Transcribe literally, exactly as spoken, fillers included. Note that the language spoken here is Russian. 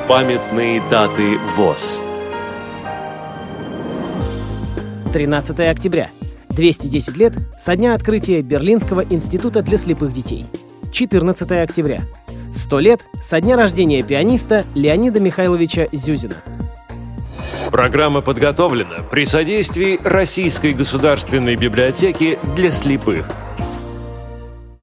Памятные даты ВОС. тринадцатое октября. двести десять лет со дня открытия Берлинского института для слепых детей. четырнадцатое октября. сто лет со дня рождения пианиста Леонида Михайловича Зюзина. Программа подготовлена при содействии Российской государственной библиотеки для слепых.